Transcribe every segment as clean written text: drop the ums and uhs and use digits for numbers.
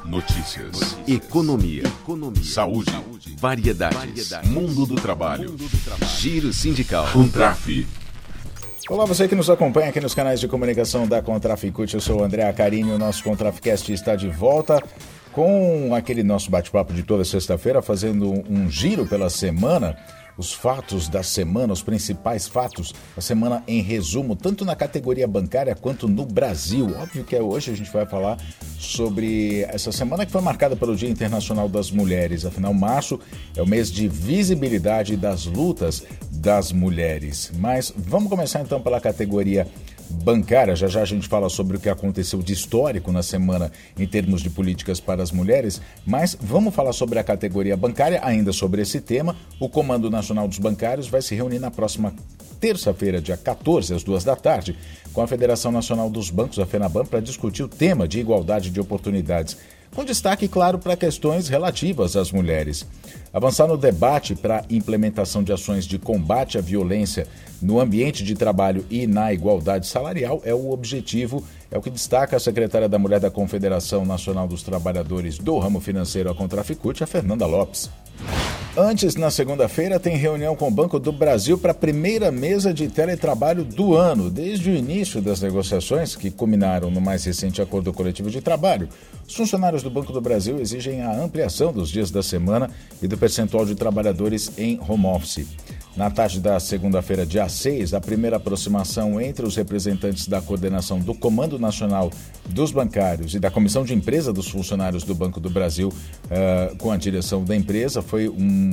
Notícias. Economia. Saúde. Variedades. Mundo do trabalho. Giro sindical. Contraf. Olá, você que nos acompanha aqui nos canais de comunicação da Contraficute. Eu sou o André Acarini. O nosso Contraficast está de volta com aquele nosso bate-papo de toda sexta-feira, fazendo um giro pela semana. Os fatos da semana, os principais fatos da semana em resumo, tanto na categoria bancária quanto no Brasil. Óbvio que hoje a gente vai falar sobre essa semana que foi marcada pelo Dia Internacional das Mulheres. Afinal, março é o mês de visibilidade das lutas das mulheres. Mas vamos começar então pela categoria bancária. Já já a gente fala sobre o que aconteceu de histórico na semana em termos de políticas para as mulheres, mas vamos falar sobre a categoria bancária, ainda sobre esse tema. O Comando Nacional dos Bancários vai se reunir na próxima terça-feira, dia 14, às 2 da tarde, com a Federação Nacional dos Bancos, a FENABAN, para discutir o tema de igualdade de oportunidades, com destaque, claro, para questões relativas às mulheres. Avançar no debate para a implementação de ações de combate à violência no ambiente de trabalho e na igualdade salarial é o objetivo, é o que destaca a secretária da Mulher da Confederação Nacional dos Trabalhadores do Ramo Financeiro, a Contraficute, a Fernanda Lopes. Antes, na segunda-feira, tem reunião com o Banco do Brasil para a primeira mesa de teletrabalho do ano. Desde o início das negociações, que culminaram no mais recente acordo coletivo de trabalho, os funcionários do Banco do Brasil exigem a ampliação dos dias da semana e do percentual de trabalhadores em home office. Na tarde da segunda-feira, dia 6, a primeira aproximação entre os representantes da coordenação do Comando Nacional dos Bancários e da Comissão de Empresa dos Funcionários do Banco do Brasil com a direção da empresa foi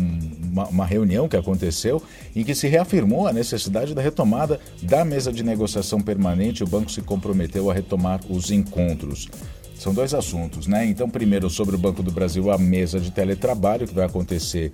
uma reunião que aconteceu em que se reafirmou a necessidade da retomada da mesa de negociação permanente. O banco se comprometeu a retomar os encontros. São dois assuntos, né? Então, primeiro, sobre o Banco do Brasil, a mesa de teletrabalho, que vai acontecer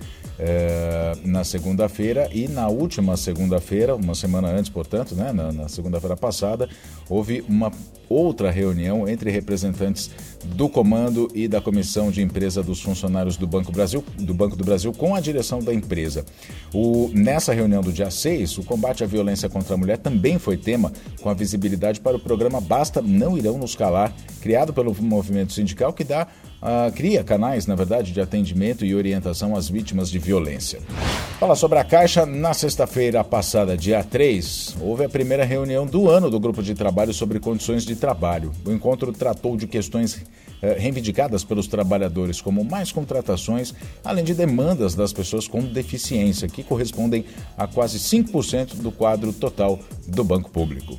na segunda-feira, e na última segunda-feira, uma semana antes, portanto, né? Na segunda-feira passada, houve uma outra reunião entre representantes do Comando e da Comissão de Empresa dos Funcionários do Banco do Brasil com a direção da empresa. Nessa reunião do dia 6, o combate à violência contra a mulher também foi tema, com a visibilidade para o programa Basta Não Irão Nos Calar, criado pelo movimento sindical, que cria canais, na verdade, de atendimento e orientação às vítimas de violência. Fala sobre a Caixa. Na sexta-feira passada, dia 3, houve a primeira reunião do ano do Grupo de Trabalho sobre Condições de Trabalho. O encontro tratou de questões reivindicadas pelos trabalhadores, como mais contratações, além de demandas das pessoas com deficiência, que correspondem a quase 5% do quadro total do Banco Público.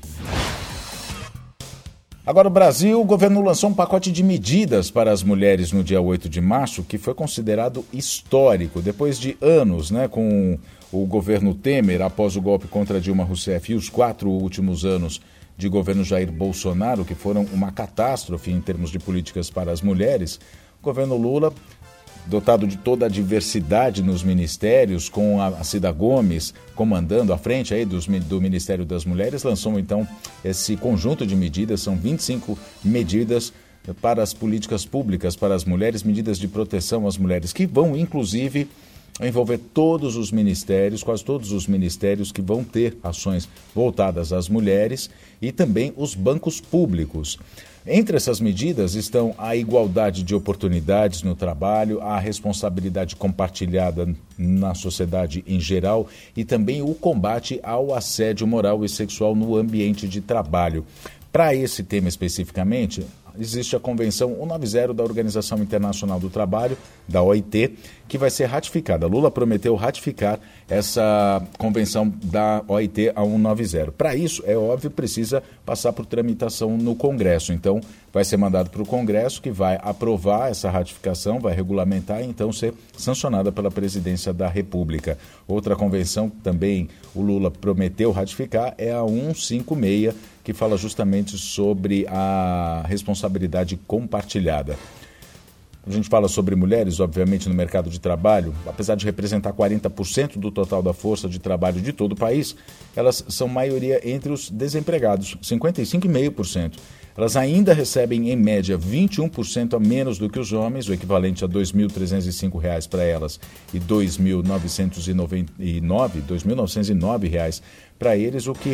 Agora, o Brasil, o governo lançou um pacote de medidas para as mulheres no dia 8 de março, que foi considerado histórico. Depois de anos, com o governo Temer, após o golpe contra Dilma Rousseff, e os 4 últimos anos de governo Jair Bolsonaro, que foram uma catástrofe em termos de políticas para as mulheres, o governo Lula, dotado de toda a diversidade nos ministérios, com a Cida Gomes comandando à frente aí do Ministério das Mulheres, lançou então esse conjunto de medidas. São 25 medidas para as políticas públicas para as mulheres, medidas de proteção às mulheres, que vão inclusive envolver todos os ministérios, quase todos os ministérios que vão ter ações voltadas às mulheres, e também os bancos públicos. Entre essas medidas estão a igualdade de oportunidades no trabalho, a responsabilidade compartilhada na sociedade em geral e também o combate ao assédio moral e sexual no ambiente de trabalho. Para esse tema especificamente, existe a Convenção 190 da Organização Internacional do Trabalho, da OIT, que vai ser ratificada. Lula prometeu ratificar essa convenção da OIT, a 190. Para isso, é óbvio, precisa passar por tramitação no Congresso. Então, vai ser mandado para o Congresso, que vai aprovar essa ratificação, vai regulamentar e então ser sancionada pela Presidência da República. Outra convenção que também o Lula prometeu ratificar é a 156, que fala justamente sobre a responsabilidade compartilhada. A gente fala sobre mulheres, obviamente, no mercado de trabalho. Apesar de representar 40% do total da força de trabalho de todo o país, elas são maioria entre os desempregados, 55,5%. Elas ainda recebem, em média, 21% a menos do que os homens, o equivalente a R$ 2.305 para elas e R$ 2.909 para eles, o que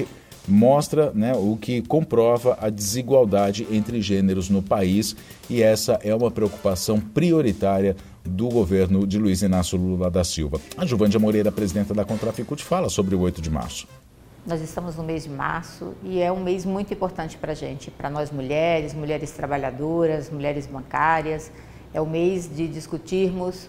mostra, né, o que comprova a desigualdade entre gêneros no país, e essa é uma preocupação prioritária do governo de Luiz Inácio Lula da Silva. A Juvândia Moreira, presidenta da Contraficult, fala sobre o 8 de março. Nós estamos no mês de março e é um mês muito importante para a gente, para nós mulheres, mulheres trabalhadoras, mulheres bancárias. É o mês de discutirmos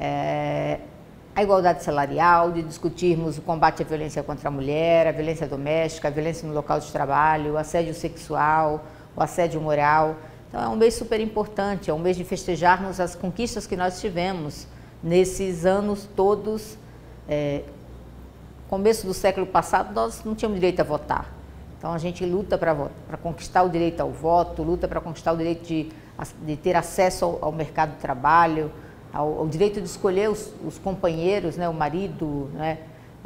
a igualdade salarial, de discutirmos o combate à violência contra a mulher, a violência doméstica, a violência no local de trabalho, o assédio sexual, o assédio moral. Então é um mês super importante, é um mês de festejarmos as conquistas que nós tivemos nesses anos todos. Começo do século passado, nós não tínhamos direito a votar. Então, a gente luta para conquistar o direito ao voto, luta para conquistar o direito de ter acesso ao mercado de trabalho, ao direito de escolher os companheiros, né, o marido. Né?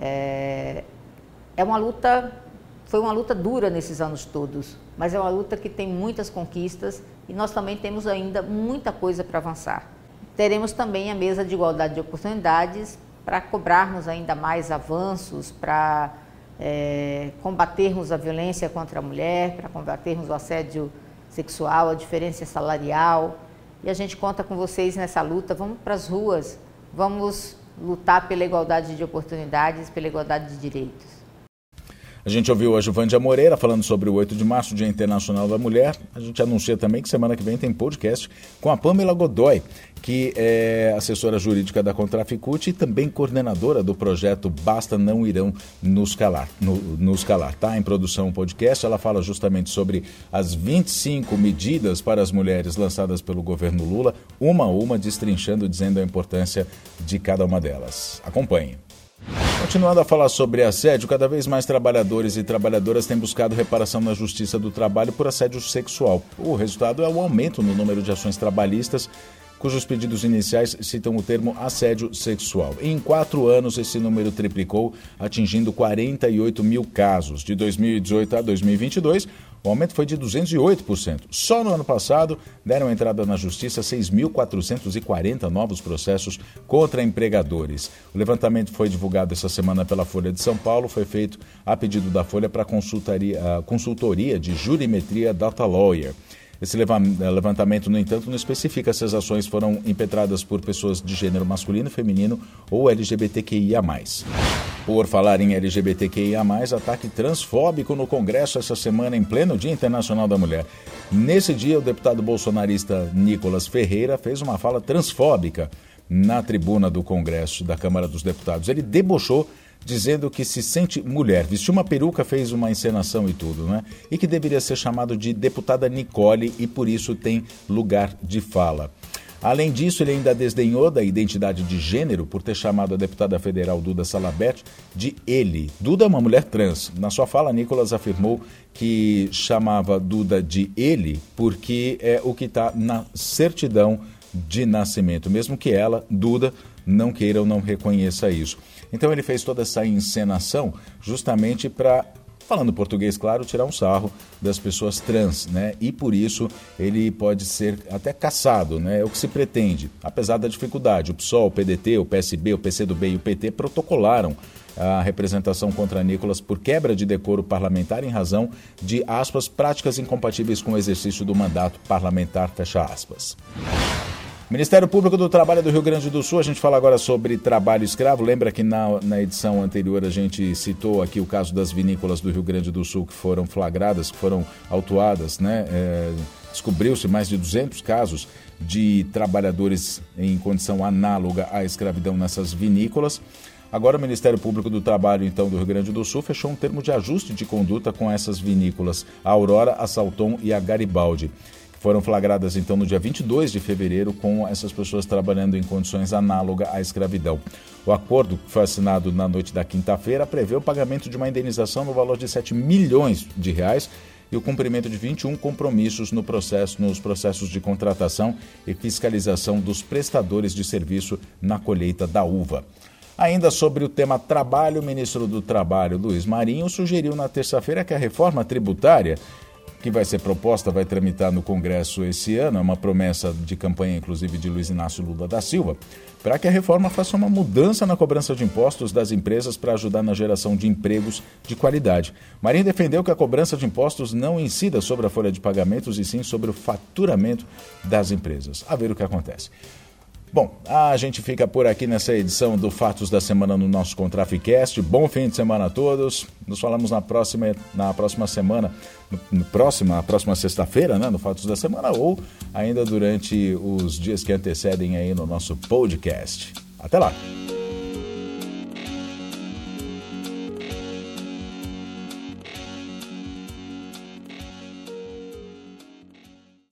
Foi uma luta dura nesses anos todos, mas é uma luta que tem muitas conquistas e nós também temos ainda muita coisa para avançar. Teremos também a mesa de igualdade de oportunidades, para cobrarmos ainda mais avanços, para combatermos a violência contra a mulher, para combatermos o assédio sexual, a diferença salarial. E a gente conta com vocês nessa luta. Vamos para as ruas, vamos lutar pela igualdade de oportunidades, pela igualdade de direitos. A gente ouviu a Juvândia Moreira falando sobre o 8 de março, Dia Internacional da Mulher. A gente anuncia também que semana que vem tem podcast com a Pamela Godoy, que é assessora jurídica da Contraficult e também coordenadora do projeto Basta Não Irão Nos Calar. Tá em produção um podcast. Ela fala justamente sobre as 25 medidas para as mulheres lançadas pelo governo Lula, uma a uma, destrinchando, dizendo a importância de cada uma delas. Acompanhe. Continuando a falar sobre assédio, cada vez mais trabalhadores e trabalhadoras têm buscado reparação na Justiça do Trabalho por assédio sexual. O resultado é o aumento no número de ações trabalhistas, cujos pedidos iniciais citam o termo assédio sexual. Em 4 anos, esse número triplicou, atingindo 48 mil casos. De 2018 a 2022, o aumento foi de 208%. Só no ano passado, deram entrada na Justiça 6.440 novos processos contra empregadores. O levantamento foi divulgado essa semana pela Folha de São Paulo, foi feito a pedido da Folha para a consultoria de jurimetria Data Lawyer. Esse levantamento, no entanto, não especifica se as ações foram impetradas por pessoas de gênero masculino, feminino ou LGBTQIA+. Por falar em LGBTQIA+, ataque transfóbico no Congresso essa semana em pleno Dia Internacional da Mulher. Nesse dia, o deputado bolsonarista Nicolas Ferreira fez uma fala transfóbica na tribuna do Congresso da Câmara dos Deputados. Ele debochou, dizendo que se sente mulher, vestiu uma peruca, fez uma encenação e tudo, né? E que deveria ser chamado de deputada Nicole e por isso tem lugar de fala. Além disso, ele ainda desdenhou da identidade de gênero por ter chamado a deputada federal Duda Salabert de ele. Duda é uma mulher trans. Na sua fala, Nicolas afirmou que chamava Duda de ele porque é o que está na certidão de nascimento, mesmo que ela, Duda, não queira ou não reconheça isso. Então ele fez toda essa encenação justamente para, falando português, claro, tirar um sarro das pessoas trans, né? E por isso ele pode ser até caçado, né? É o que se pretende. Apesar da dificuldade, o PSOL, o PDT, o PSB, o PCdoB e o PT protocolaram a representação contra Nicolas por quebra de decoro parlamentar em razão de, aspas, práticas incompatíveis com o exercício do mandato parlamentar, fecha aspas. Ministério Público do Trabalho do Rio Grande do Sul, a gente fala agora sobre trabalho escravo. Lembra que na edição anterior a gente citou aqui o caso das vinícolas do Rio Grande do Sul que foram flagradas, que foram autuadas, né? Descobriu-se mais de 200 casos de trabalhadores em condição análoga à escravidão nessas vinícolas. Agora o Ministério Público do Trabalho, então, do Rio Grande do Sul fechou um termo de ajuste de conduta com essas vinícolas, a Aurora, a Salton e a Garibaldi. Foram flagradas, então, no dia 22 de fevereiro, com essas pessoas trabalhando em condições análogas à escravidão. O acordo, que foi assinado na noite da quinta-feira, prevê o pagamento de uma indenização no valor de R$7 milhões e o cumprimento de 21 compromissos nos processos de contratação e fiscalização dos prestadores de serviço na colheita da uva. Ainda sobre o tema trabalho, o ministro do Trabalho, Luiz Marinho, sugeriu na terça-feira que a reforma tributária que vai ser proposta, vai tramitar no Congresso esse ano, é uma promessa de campanha, inclusive, de Luiz Inácio Lula da Silva, para que a reforma faça uma mudança na cobrança de impostos das empresas para ajudar na geração de empregos de qualidade. Marinho defendeu que a cobrança de impostos não incida sobre a folha de pagamentos e sim sobre o faturamento das empresas. A ver o que acontece. Bom, a gente fica por aqui nessa edição do Fatos da Semana no nosso Contraficast. Bom fim de semana a todos. Nos falamos na próxima semana, na próxima sexta-feira, né, no Fatos da Semana, ou ainda durante os dias que antecedem aí no nosso podcast. Até lá!